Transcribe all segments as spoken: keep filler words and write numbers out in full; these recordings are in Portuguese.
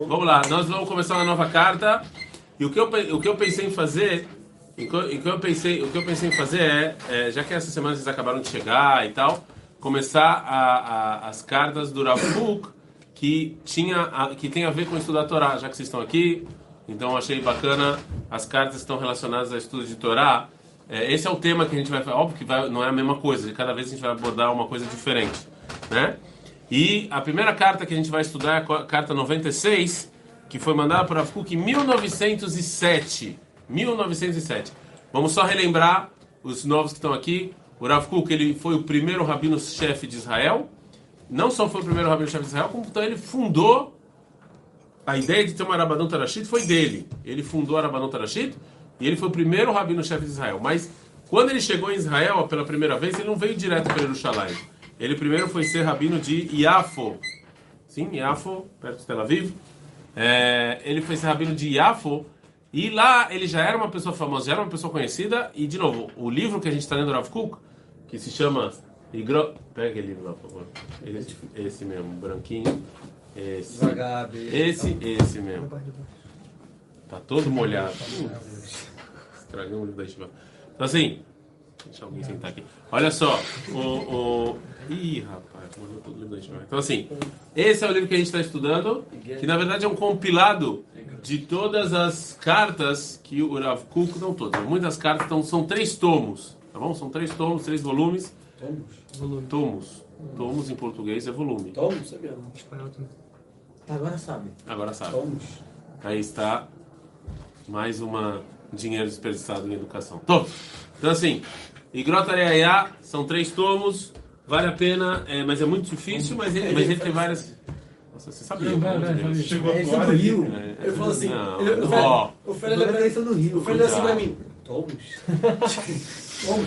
Vamos lá, nós vamos começar uma nova carta. E o que eu, o que eu pensei em fazer, o que eu pensei, o que eu pensei em fazer é, é, já que essa semana vocês acabaram de chegar e tal, começar a, a, as cartas do Rav Kook que tinha, a, que tem a ver com estudar a Torá, já que vocês estão aqui. Então achei bacana, as cartas estão relacionadas ao estudo de Torá. É, esse é o tema que a gente vai falar. Óbvio que vai, não é a mesma coisa, cada vez a gente vai abordar uma coisa diferente, né? E a primeira carta que a gente vai estudar é a carta noventa e seis, que foi mandada por Rav Kook em mil novecentos e sete. mil novecentos e sete. Vamos só relembrar os novos que estão aqui. O Rav Kook, ele foi o primeiro rabino-chefe de Israel. Não só foi o primeiro rabino-chefe de Israel, como então ele fundou a ideia de ter uma Rabbanut Harashit, foi dele. Ele fundou a Rabbanut Harashit e ele foi o primeiro rabino-chefe de Israel. Mas quando ele chegou em Israel pela primeira vez, ele não veio direto para Jerusalém. Ele primeiro foi ser rabino de Yafo. Sim, Yafo, perto de Tel Aviv. É, ele foi ser rabino de Yafo. E lá ele já era uma pessoa famosa, já era uma pessoa conhecida. E, de novo, o livro que a gente está lendo do Rav Kook, que se chama... Igro... Pega aquele livro lá, por favor. Esse, esse mesmo, branquinho. Esse, esse, esse mesmo. Tá todo molhado. Estraguei um livro da Yeshiva. Então, assim... Deixa alguém sentar aqui. Olha só, o... o... Ih, rapaz, molhou todo o livro da Yeshiva. Então, assim, esse é o livro que a gente está estudando, que na verdade é um compilado de todas as cartas que o Rav Kook, não todas, muitas cartas, então são três tomos, tá bom? São três tomos, três volumes. Tomos? Volume. Tomos. Tomos em português é volume. Tomos, sabia? Agora sabe. Agora sabe. Tomos. Aí está mais uma dinheiro desperdiçado em educação. Tom. Então assim, Igrot Areia são três tomos, vale a pena, é, mas é muito difícil, mas ele, mas ele tem várias... Nossa, você sabia? Não, vai, vai, vai. Chegou É, agora. do Rio. É, Ele falou assim, não, ele- o ó, Félix- o Félix Agora olhou eles estão no Rio. o Félix olhou assim pra Cuidado. mim. Tomos? Tomos?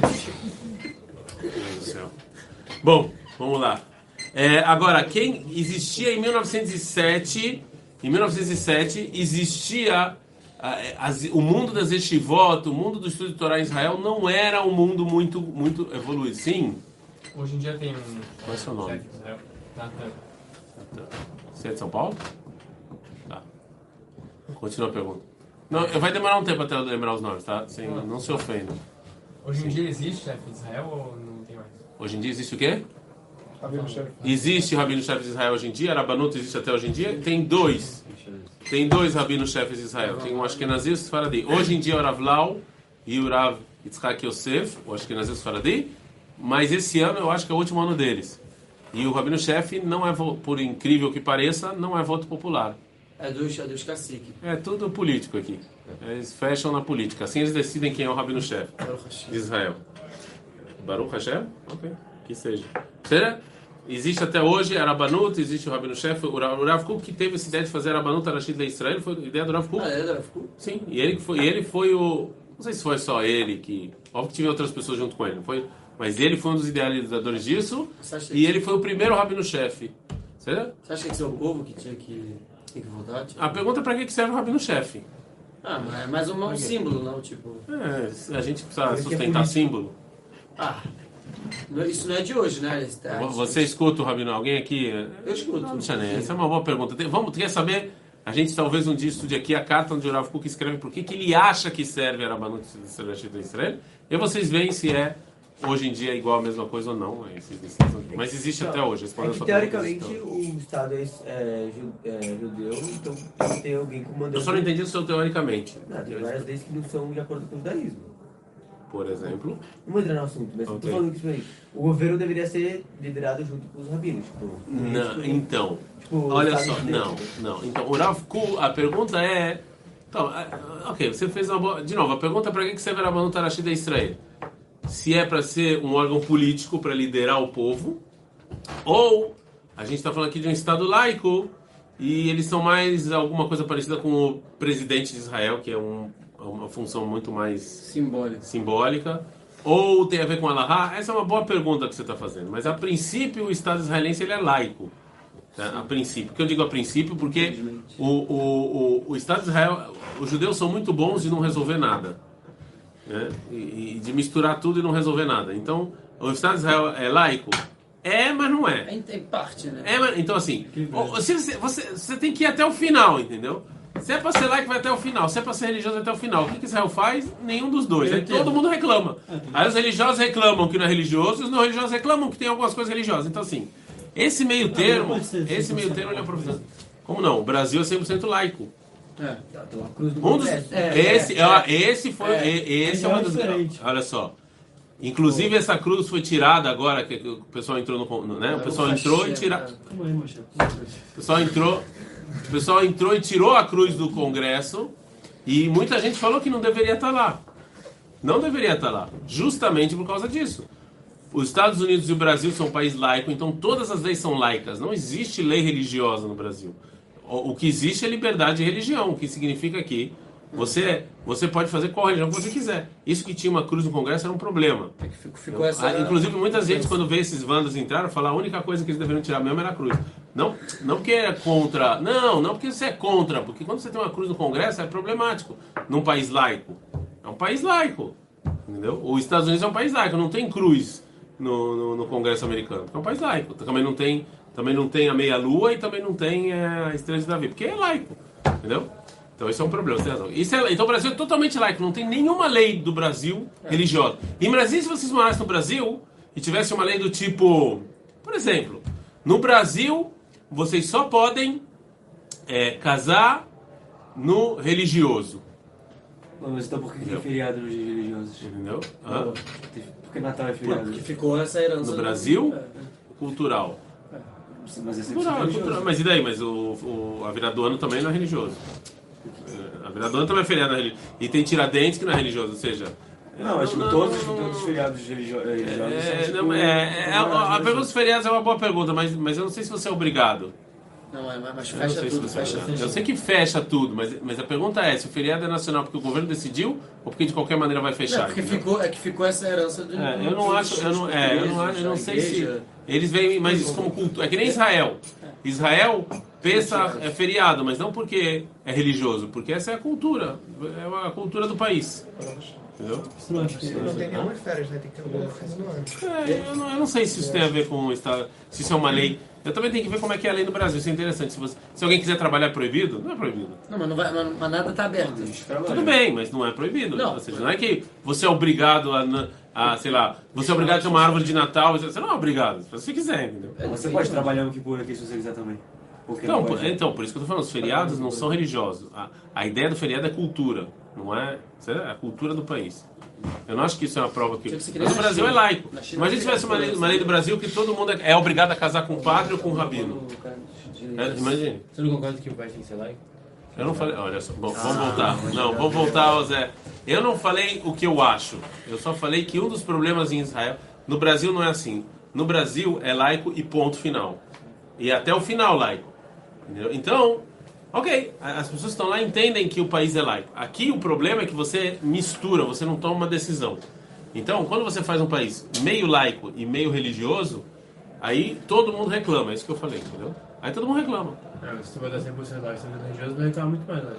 Meu Deus do céu. Bom, vamos lá. É, agora, quem existia em mil novecentos e sete, em mil novecentos e sete existia ah, as- o mundo das yeshivot, o mundo do estudo de Torá em Israel não era um mundo muito muito evoluído. Sim. Hoje em dia tem um... Qual é o seu nome? Natan. Você é de São Paulo? Tá. Continua a pergunta. Não, vai demorar um tempo até eu lembrar os nomes, tá? Sem, não se ofenda. Hoje em dia existe chefe de Israel ou não tem mais? Hoje em dia existe o quê? Rabino-chefe. Existe rabino-chefe de Israel hoje em dia, Rabbanut existe até hoje em dia. Tem dois. Tem dois rabinos-chefes de Israel. Tem um Ashkenazi e um Sfaradi. Hoje em dia é o Rav Lau e o Rav Yitzhak Yosef, o Ashkenazi e o Sfaradi. Mas esse ano eu acho que é o último ano deles. E o rabino-chefe, não é, vo- por incrível que pareça, não é voto popular. É dos, é dos caciques. É tudo político aqui. Eles fecham na política. Assim eles decidem quem é o rabino-chefe de Israel. Baruch Hashem? Ok. Que seja. Seja, existe até hoje a Rabbanut, existe o rabino-chefe. O Ra- o Rav Kook que teve essa ideia de fazer a Rabbanut Harashit de Israel, foi a ideia do Rav Kook. Ah, é, Rav Kook? Sim, e ele, que foi, e ele foi o... Não sei se foi só ele que... Óbvio que tinha outras pessoas junto com ele, não foi? Mas ele foi um dos idealizadores disso. Você acha E que- ele foi o primeiro rabino-chefe. Certo? Você acha que esse é o povo que tinha que, tinha que votar? Tipo? A pergunta é para que que serve o rabino-chefe? Ah, mas é mais um, um símbolo, não? Tipo... É, a gente precisa Ele que é sustentar político. símbolo. Ah, não é- isso não é de hoje, né? Esse- ah, Você escuta o rabino? Alguém aqui? Eu escuto. Não, Xané, essa é uma boa pergunta. Tem- Vamos, quer saber? A gente talvez um dia estude aqui a carta onde o Rav Kook escreve por que que ele acha que serve a Rabbanut de Israel. E vocês veem se é hoje em dia igual a mesma coisa ou não. é, se- se- Mas existe até hoje. É respondendo que a sua pergunta, teoricamente existe até o hoje. Estado é, é, ju- é judeu, então tem que ter alguém comandando. Eu só não entendi o seu teoricamente. Não, tem várias leis que não são de acordo com o judaísmo. Por exemplo. Não vou entrar no assunto, mas eu Ok. tô falando que isso aí. O governo deveria ser liderado junto com os rabinos. Tipo, Não, tipo, então. tipo, Olha Estado só, judeu, não, entendeu? não. Então, o Rav Kook, a pergunta é. Então, ah, ok, você fez uma boa. De novo, a pergunta é para que que serve a Rabbanut Harashit de Israel? Se é para ser um órgão político para liderar o povo, ou a gente está falando aqui de um Estado laico e eles são mais alguma coisa parecida com o presidente de Israel, que é um, uma função muito mais Simbólico. simbólica, ou tem a ver com Allahá? Essa é uma boa pergunta que você está fazendo. Mas a princípio o Estado israelense ele é laico. Tá? A princípio. Por que eu digo a princípio? Porque o, o, o, o Estado de Israel, os judeus são muito bons de não resolver nada. Né? E, e de misturar tudo e não resolver nada. Então, o Estado de Israel é laico? É, mas não é. É em, em parte, né? É, mas, então assim, o- você, você, você, você tem que ir até o final, entendeu? Se é pra ser laico, vai até o final. Se é pra ser religioso, vai até o final. O que, que Israel faz? Nenhum dos dois. Aí todo mundo reclama. Aí os religiosos reclamam que não é religioso e os não religiosos reclamam que tem algumas coisas religiosas. Então assim, esse meio termo, pode ser esse cem por cento meio termo ele é profissão. Como não? O Brasil é cem por cento laico. É. Tem uma cruz do Um dos, Congresso. É, esse, é, é, esse foi, é. e- esse é É uma das. diferente. Olha só. Inclusive essa cruz foi tirada agora que o pessoal entrou no, no- né? O pessoal entrou e tiraram. Calma aí, Moshe. O pessoal entrou, o pessoal entrou e tirou a cruz do Congresso e muita gente falou que não deveria estar lá. Não deveria estar lá, justamente por causa disso. Os Estados Unidos e o Brasil são um país laico, então todas as leis são laicas. Não existe lei religiosa no Brasil. O, o que existe é liberdade de religião, o que significa que você, você pode fazer qual religião que você quiser. Isso que tinha uma cruz no Congresso era um problema. É que ficou, ficou essa... Ah, inclusive, muita gente, quando vê esses vandas entraram, fala a única coisa que eles deveriam tirar mesmo era a cruz. Não, não porque é contra. Não, não porque você é contra. Porque quando você tem uma cruz no Congresso é problemático. Num país laico. É um país laico. Entendeu? Os Estados Unidos é um país laico. Não tem cruz no, no, no Congresso americano. É um país laico. Também não tem, também não tem a meia-lua e também não tem é, a estrela de Davi. Porque é laico. Entendeu? Então isso é um problema, você tem razão. Isso é, então o Brasil é totalmente laico, não tem nenhuma lei do Brasil religiosa. E Brasil, se vocês morassem no Brasil e tivesse uma lei do tipo, por exemplo, no Brasil vocês só podem é, casar no religioso. Mas então por que tem feriado nos dias religiosos? Entendeu? Hã? Porque Natal é feriado. Porque ficou essa herança. No Brasil, cultural. Mas é sempre Cultural, é religioso. cultural. Mas e daí? Mas o, o, a virada do ano também não é religioso. A virada do ano também é feriado, não é religioso. E tem Tiradentes que não é religioso, ou seja... Não, acho que não, todos, não, não, todos os feriados religio- religiosos É, são tipo... não, é, é, a, a pergunta dos feriados é uma boa pergunta, mas, mas eu não sei se você é obrigado. Não, é, mas Eu não fecha sei se tudo, você é fecha obrigado. tudo. Eu sei que fecha tudo, mas, mas a pergunta é se o feriado é nacional porque o governo decidiu ou porque de qualquer maneira vai fechar. Não, porque entendeu? ficou, é que ficou essa herança do. É, eu não acho, eu não, é, eu não, acho- eu não sei se eles veem, mas isso como cultura. É que nem Israel. Israel pensa é feriado, mas não porque é religioso, porque essa é a cultura, é a cultura do país. Entendeu? Isso não acho que... Não tem nenhuma férias, né? Tem que ter alguma coisa no ano. É, eu, não, eu não sei se isso tem a ver com esta- se isso é uma lei. Eu também tenho que ver como é que é a lei no Brasil. Isso é interessante. Se, você- se alguém quiser trabalhar proibido, não é proibido. Não, mas, não vai, mas, mas nada está aberto. Tudo bem, mas não é proibido. Não. Ou seja, não é que você é obrigado a, a sei lá, você é obrigado a ter uma árvore de Natal. Você não é obrigado, se você quiser, entendeu? Você pode trabalhar no Kippur aqui se você quiser também. Porque Então, não por, pode. então, por isso que eu tô falando, os feriados não são religiosos. A, a ideia do feriado é cultura, não é? Isso é a cultura do país. Eu não acho que isso é uma prova que. Tinha que ser que nem Mas o na Brasil é China. laico. Na China Imagina se tivesse uma lei, uma lei do Brasil que todo mundo é, é obrigado a casar com um padre ou com um rabino. É, imagine. Você não concorda que o país tem que ser laico? Eu não falei. Olha só, bom, vamos voltar. Não, vamos voltar ao Zé. Eu não falei o que eu acho. Eu só falei que um dos problemas em Israel. No Brasil não é assim. No Brasil é laico e ponto final. E até o final laico. Entendeu? Então, ok, as pessoas que estão lá entendem que o país é laico. Aqui o problema é que você mistura, você não toma uma decisão. Então, quando você faz um país meio laico e meio religioso, aí todo mundo reclama, é isso que eu falei, entendeu? Aí todo mundo reclama. É, se tu botar cem por cento laico e cem por cento religioso, vai reclamar muito mais, né?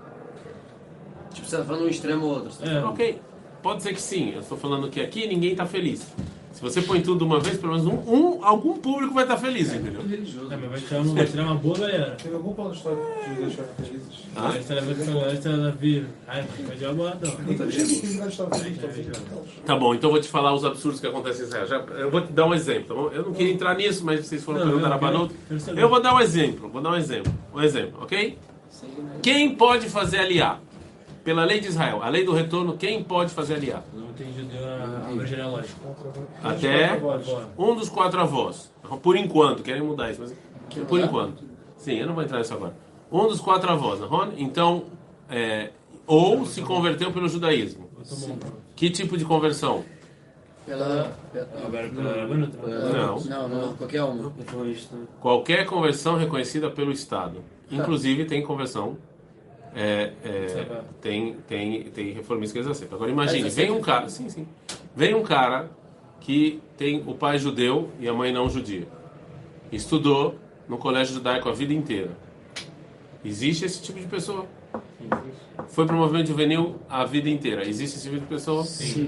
Tipo, você tá falando um extremo ou outro. É, Ok, pode ser que sim, eu estou falando que aqui ninguém está feliz. Se você põe tudo de uma vez, pelo menos um, um- algum público vai estar feliz, entendeu? é, mas vai tirar, uma, vai tirar uma boa galera. Teve algum ponto de história que os dois ficaram felizes? Ah? A história vai ficar, a história da vida. Ai, vai tirar uma boa, não. Muita gente que os estavam felizes, estão felizes. Tá bom, então eu vou te falar os absurdos que acontecem em Israel. Já, eu vou te dar um exemplo, tá bom? Eu não queria entrar nisso, mas vocês foram Não, perguntar eu a quero- Banuto. quero saber. Eu vou dar um exemplo, vou dar um exemplo. Um exemplo, ok? Quem pode fazer aliar? Pela lei de Israel, a lei do retorno, quem pode fazer aliar? Não tem judeu na árvore genealógica. Até Agora. um dos quatro avós. Por enquanto, querem mudar isso, mas por enquanto. Sim, eu não vou entrar nisso agora. Um dos quatro avós, não? Então, é, ou se converteu pelo judaísmo. Que tipo de conversão? Pela. pela- Agora pela Rabanuta. Não. Não, não, qualquer uma. Eu falo isso também. Qualquer conversão reconhecida pelo Estado. Inclusive tem conversão. É, é, tem, tem, tem reformistas que eles aceitam. Agora imagine, vem um cara. Sim, sim. Vem um cara que tem o pai judeu e a mãe não judia. Estudou no colégio judaico a vida inteira. Existe esse tipo de pessoa? Foi para o movimento juvenil a vida inteira. Existe esse tipo de pessoa? Sim.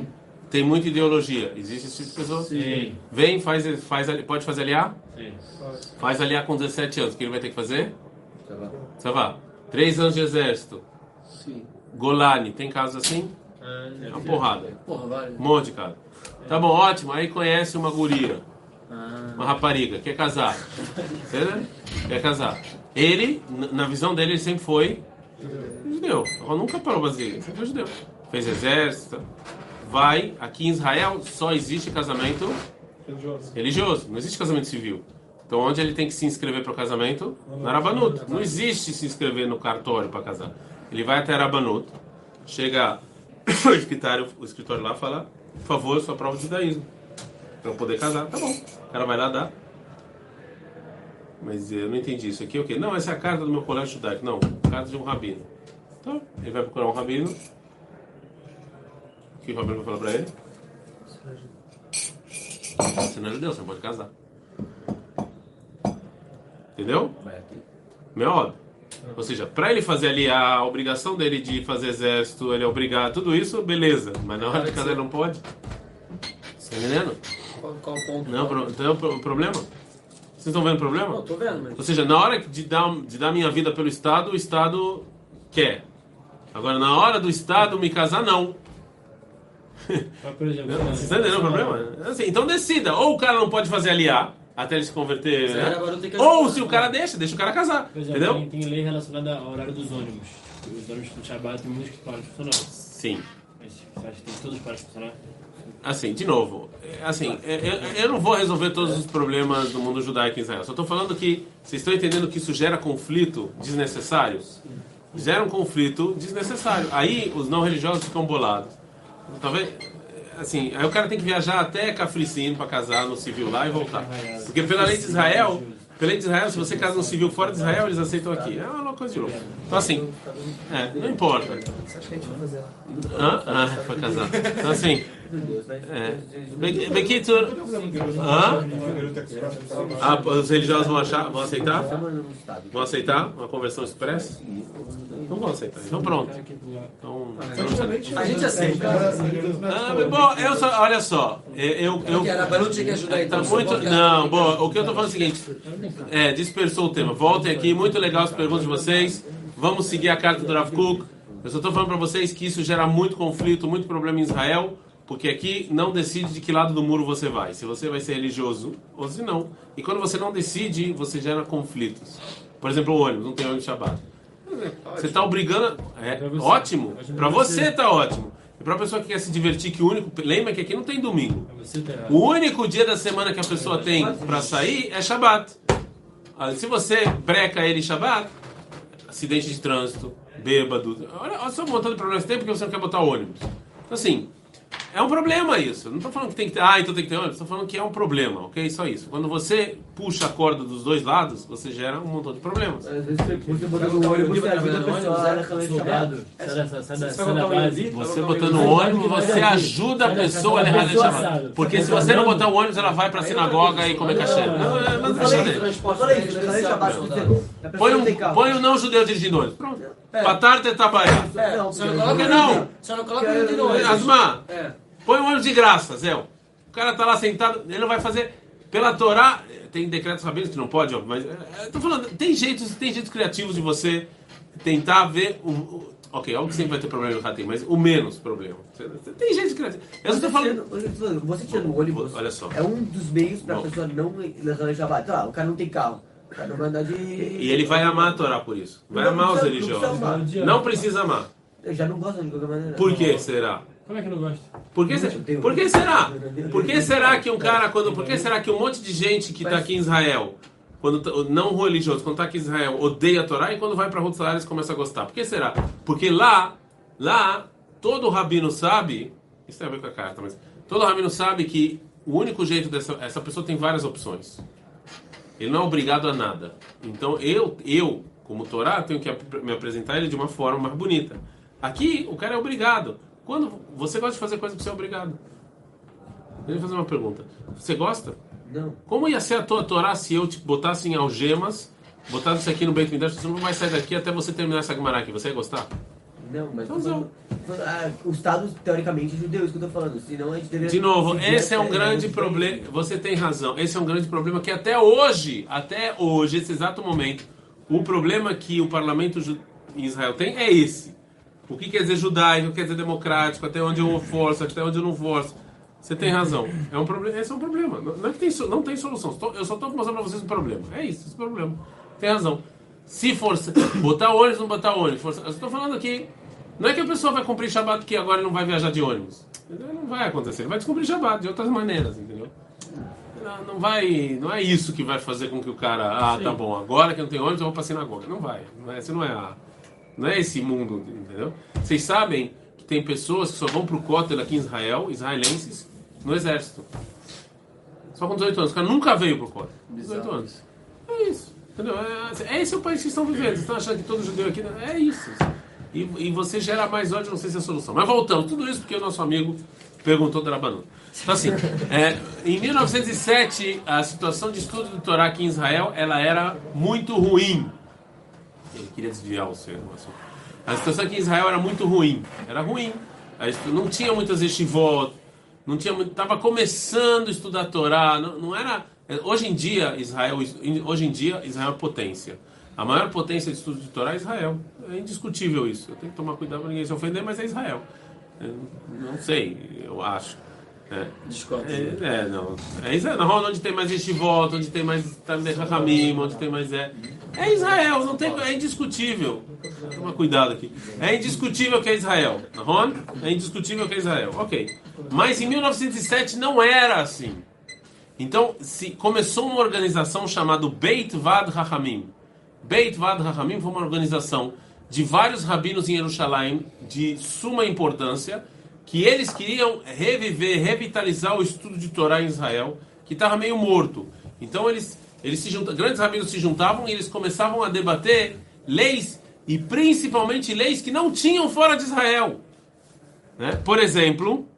tem muita ideologia. Existe esse tipo de pessoa? Sim. Vem, faz, faz, pode fazer aliar? Sim. Faz aliar com dezessete anos. O que ele vai ter que fazer? Tá bom. Você vai. Três anos de exército. Sim. Golani, tem casos assim? É uma porrada. Porra, vale. Um monte de casos. Tá bom, ótimo. Aí conhece uma guria. Uma rapariga. Quer casar. Entendeu? Quer casar. Ele, n- na visão dele, ele sempre foi judeu. Ela nunca parou Brasília. Sempre foi judeu. Fez exército. Vai. Aqui em Israel só existe casamento Religioso. religioso. Não existe casamento civil. Então, onde ele tem que se inscrever para o casamento? Na Rabanut. Não existe se inscrever no cartório para casar. Ele vai até a Rabanut, chega o escritório, o escritório lá fala, por favor, sua prova de judaísmo. Para eu poder casar. Tá bom. O cara vai lá dar. Mas eu não entendi isso aqui. O quê? Não, essa é a carta do meu colégio judaico. Não, carta de um rabino. Então, ele vai procurar um rabino. O que o rabino vai falar para ele? Você não é judeu, você não pode casar. Entendeu? Vai aqui. Meu. Ou seja, para ele fazer ali a obrigação dele de fazer exército, ele é obrigado, tudo isso, beleza. Mas na hora de casar ele não pode. Você tá entendendo? Qual, qual o ponto? Não, pro- então, o problema? Vocês estão vendo o problema? Não, tô vendo, mas... Ou seja, na hora de dar, de dar minha vida pelo Estado, o Estado quer. Agora, na hora do Estado me casar, não. Mas, por exemplo, Vocês estão entendendo o problema? Assim, então decida. Ou o cara não pode fazer aliar, até ele se converter, Sim, né? agora tem que Ou ajudar, se o né? cara deixa, deixa o cara casar. por exemplo Entendeu? tem, tem lei relacionada ao horário dos ônibus. Os ônibus do Shabbat tem muitos que param de funcionar. Sim. Mas você acha que tem todos param de funcionar? Assim, de novo, é, assim, é, é, eu não vou resolver todos os problemas do mundo judaico em Israel. Só estou falando que vocês estão entendendo que isso gera conflito desnecessário? Gera um conflito desnecessário. Aí os não religiosos ficam bolados. Talvez, assim, aí o cara tem que viajar até Cafricino para casar no civil lá e voltar. Porque pela lei de Israel, pela lei de Israel, se você casa no civil fora de Israel, eles aceitam aqui. É uma coisa de louco. Então assim, é, não importa. Você acha que a gente vai fazer lá? Hã? Ah, para casar. Então assim, Deus, né? é. Be- Bekitur, hã? Ah, os religiosos vão achar, vão aceitar? Estamos no estado. Vão aceitar uma conversão expressa? Não vão aceitar. Então pronto. Então, A gente aceita. ah, mas, bom, eu só, olha só, eu, eu, Porque a Rabanut tinha que ajudar, tá então. muito, você pode- não, bom, o que eu tô falando é o seguinte, é, dispersou o tema. Voltem aqui, muito legal as perguntas de vocês. Vamos seguir a carta do Rav Kook. Eu só estou falando para vocês que isso gera muito conflito, muito problema em Israel, porque aqui não decide de que lado do muro você vai. Se você vai ser religioso ou se não. E quando você não decide, você gera conflitos. Por exemplo, o ônibus, não tem ônibus Shabbat. Você está obrigando. É Pra você. ótimo. Ótimo Para pra você. você está ótimo. E para a pessoa que quer se divertir, que o único. Lembra que aqui não tem domingo. Você tá errado. O único dia da semana que a pessoa tem para sair é Shabbat. Ah, se você breca ele em Shabbat, acidente de trânsito, bêbado. Olha, olha só um montão de problemas que tem porque você não quer botar o ônibus. Então, assim, é um problema isso. Eu não estou falando que tem que ter. Ah, então tem que ter ônibus. Estou falando que é um problema, ok? Só isso. Quando você puxa a corda dos dois lados, você gera um montão de problemas. Às vezes você bota no ônibus, você ajuda a pessoa a realmente Soldado, sai da- sai da- sai da base. Você botando o ônibus, você ajuda a pessoa a levar de Shabbat. Porque se você não botar o ônibus, ela vai para a sinagoga e comer cachê. Não, é, mas deixa dele. Transporte Fala isso, público, falei Shabbat, soldado. você- a pessoa Põe não tem um, carro. põe um não judeu dirigindo ônibus. Pronto. Patar e trabalhar. É, Não, só não porque- coloca Por que não? ele- Só não coloca ele de novo. Asma, É. põe um ônibus de graça, Zé. O cara tá lá sentado, ele não vai fazer. Pela Torá, tem decretos rabinos que não pode, ó, mas. é, tô falando, tem jeitos, tem jeitos criativos de você tentar ver. O, o- ok, óbvio que sempre vai ter problema no ratinho, mas o menos problema. Tem jeitos criativos. Eu só Você tô falando. tirando- você tirando- Você tirando o ônibus, Olha só. é um dos meios para a Bom. pessoa não levar Shabbat. Ah, o cara não tem carro. O cara não vai andar de... E ele vai amar a Torá por isso. Vai Não amar os precisa- não religiosos. precisa Não precisa amar. Eu já não gosto de qualquer maneira. Por que será? Como é que eu não gosto? Por que, se- por que será? Por que será que um cara, quando, por que será que um monte de gente que está aqui em Israel, quando tá- não religioso, quando está aqui em Israel, odeia a Torá e quando vai para Ruth Salares começa a gostar? Por que será? Porque lá, lá, todo rabino sabe, isso tem a ver com a carta, mas todo rabino sabe que o único jeito dessa, essa pessoa tem várias opções. Ele não é obrigado a nada. Então eu, eu como Torá, tenho que ap- me apresentar ele de uma forma mais bonita. Aqui, o cara é obrigado. Quando você gosta de fazer coisa que você é obrigado. Deixa eu fazer uma pergunta. Você gosta? Não. Como ia ser a tua Torá se eu te botasse em algemas, botasse isso aqui no Beit Midrash, você não vai sair daqui até você terminar essa Gemara aqui. Você ia gostar? Não, mas... Então não. ah, o Estado, teoricamente, é judeu, isso que eu tô falando. Senão a gente deveria... De novo, seguir esse é essa- um grande problema. Você tem razão. Esse é um grande problema que até hoje, até hoje, esse exato momento, o problema que o parlamento ju- em Israel tem é esse. O que quer dizer judaico, o que quer dizer democrático, até onde eu forço, até onde eu não forço. Você tem razão. É um problema. Esse é um problema. Não, não é que tem, so- não tem solução. Estou- Eu só estou mostrando para vocês um problema. É isso, esse problema. Tem razão. Se força, botar ônibus, não botar ônibus. Força, eu estou falando aqui. Não é que a pessoa vai cumprir Shabbat que agora não vai viajar de ônibus. Entendeu? Não vai acontecer. Ele vai descumprir Shabbat de outras maneiras, entendeu? Não, não vai, não é isso que vai fazer com que o cara, ah, tá bom, agora que eu não tenho ônibus eu vou para a sinagoga. Não vai. Não é, esse não é a, não é esse mundo, entendeu? Vocês sabem que tem pessoas que só vão pro Kotel aqui em Israel, israelenses, no exército. Só com dezoito anos. O cara nunca veio pro Kotel. dezoito anos. É isso. Entendeu? É, é esse é o país que estão vivendo. Vocês estão achando que todo judeu aqui... É isso. E, e você gera mais ódio, não sei se é a solução. Mas voltando, tudo isso porque o nosso amigo perguntou do Rabanan. Então assim, é, em mil novecentos e sete, a situação de estudo do Torá aqui em Israel, ela era muito ruim. Ele queria desviar o seu assunto. A situação aqui em Israel era muito ruim. Era ruim. Não tinha muitas yeshivot, não tinha muito, estava começando a estudar a Torá, não, não era... Hoje em dia, Israel, hoje em dia, Israel é potência. A maior potência de estudo de Torá é Israel. É indiscutível isso. Eu tenho que tomar cuidado para ninguém se ofender, mas é Israel. Eu não sei, eu acho. É. Discordo. É, é, não. É Israel. Na onde tem mais yeshivot, onde tem mais Talmidei Chachamim, onde tem mais... É, é Israel, não tem, é indiscutível. Toma cuidado aqui. É indiscutível que é Israel. Não? É indiscutível que é Israel. Ok. Mas em mil novecentos e sete não era assim. Então, se começou uma organização chamada Beit Vad Chachamim. Beit Vad Chachamim foi uma organização de vários rabinos em Jerusalém de suma importância, que eles queriam reviver, revitalizar o estudo de Torá em Israel, que estava meio morto. Então eles, eles se juntavam, grandes rabinos se juntavam e eles começavam a debater leis, e principalmente leis que não tinham fora de Israel. Né? Por exemplo,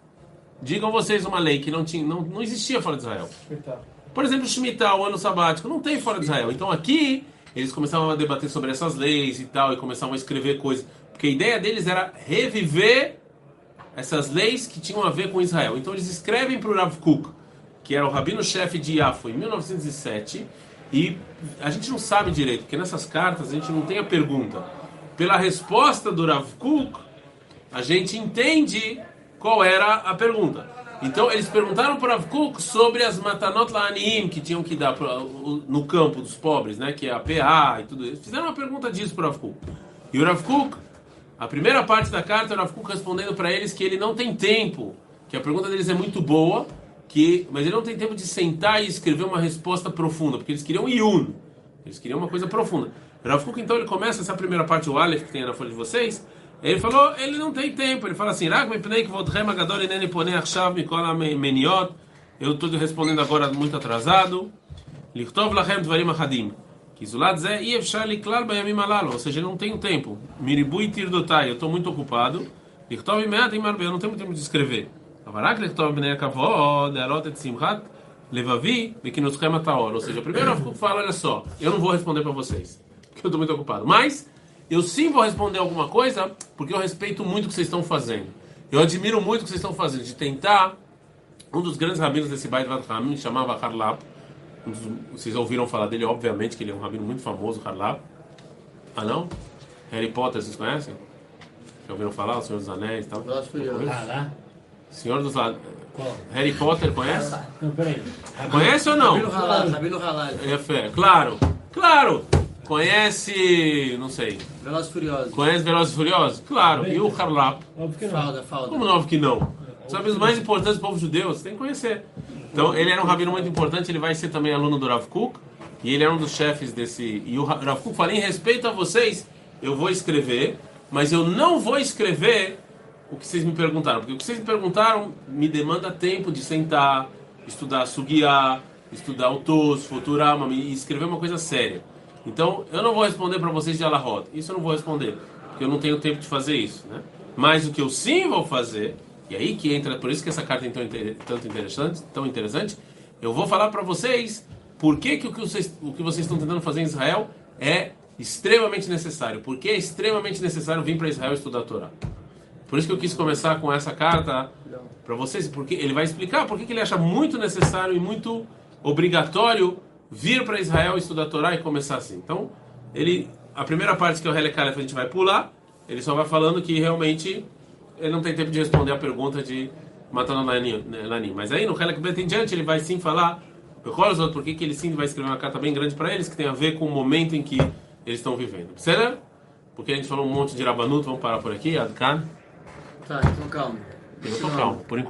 digam vocês uma lei que não, tinha, não, não existia fora de Israel. Por exemplo, Shemitah, o ano sabático, não tem fora de Israel. Então aqui eles começavam a debater sobre essas leis e tal, e começavam a escrever coisas. Porque a ideia deles era reviver essas leis que tinham a ver com Israel. Então eles escrevem para o Rav Kook, que era o rabino-chefe de Yafo, em mil novecentos e sete, e a gente não sabe direito, porque nessas cartas a gente não tem a pergunta. Pela resposta do Rav Kook, a gente entende qual era a pergunta. Então eles perguntaram para o Rav Kook sobre as matanot la'aniyim que tinham que dar pra, no campo dos pobres, né, que é a P A e tudo isso. Fizeram uma pergunta disso para o Rav Kook. E o Rav Kook, a primeira parte da carta, o Rav Kook respondendo para eles que ele não tem tempo, que a pergunta deles é muito boa, que, mas ele não tem tempo de sentar e escrever uma resposta profunda, porque eles queriam Yun, eles queriam uma coisa profunda. O Rav Kook, então, ele começa essa primeira parte, o Aleph, que tem na folha de vocês, ele falou, ele não tem tempo, ele fala assim, eu estou respondendo agora muito atrasado, ou seja, eu não tenho tempo. Miribui tirdotai, eu estou muito ocupado. Eu não tenho tempo de escrever. Ou seja, primeiro eu falo, olha só, eu não vou responder para vocês, porque eu estou muito ocupado. Mas eu sim vou responder alguma coisa, porque eu respeito muito o que vocês estão fazendo. Eu admiro muito o que vocês estão fazendo, de tentar. Um dos grandes rabinos desse Beit Vad Chachamim chamava Harlap. Vocês ouviram falar dele, obviamente, que ele é um rabino muito famoso, Harlap. Ah, não? Harry Potter, vocês conhecem? Já ouviram falar? O Senhor dos Anéis e tal? Ah, lá? Senhor dos Anéis. Qual? Harry Potter, conhece? Não, peraí. Conhece ou não? Rabino Halal, Rabino Halal. É fé. Claro, claro. Conhece, não sei. Velozes e Furiosos. Conhece Velozes e Furiosos? Claro. E o Harlap? Óbvio que não. Falda, falda. Como não, que não? São os mais importantes do povo judeu, você tem que conhecer. Então, ele era um rabino muito importante, ele vai ser também aluno do Rav Kook, e ele é um dos chefes desse... E o Rav Kook fala, em respeito a vocês, eu vou escrever, mas eu não vou escrever o que vocês me perguntaram, porque o que vocês me perguntaram me demanda tempo de sentar, estudar Sugiá, estudar o Tos, Futurama, e escrever uma coisa séria. Então, eu não vou responder para vocês de Alahot, isso eu não vou responder, porque eu não tenho tempo de fazer isso, né? Mas o que eu sim vou fazer... E aí que entra, por isso que essa carta é tão, tanto interessante, tão interessante, eu vou falar para vocês por que, que, o, que vocês, o que vocês estão tentando fazer em Israel é extremamente necessário. Porque é extremamente necessário vir para Israel estudar a Torá. Por isso que eu quis começar com essa carta para vocês, porque ele vai explicar por que ele acha muito necessário e muito obrigatório vir para Israel estudar a Torá e começar assim. Então, ele, a primeira parte que é o Helek Aleph a gente vai pular, ele só vai falando que realmente ele não tem tempo de responder a pergunta de Matana Lanim. Mas aí no Helek Bet em diante ele vai sim falar por que ele sim vai escrever uma carta bem grande para eles, que tem a ver com o momento em que eles estão vivendo. Certo? Porque a gente falou um monte de Rabanut, vamos parar por aqui, Adkan. Tá, então calma. Eu tô calmo, por enquanto.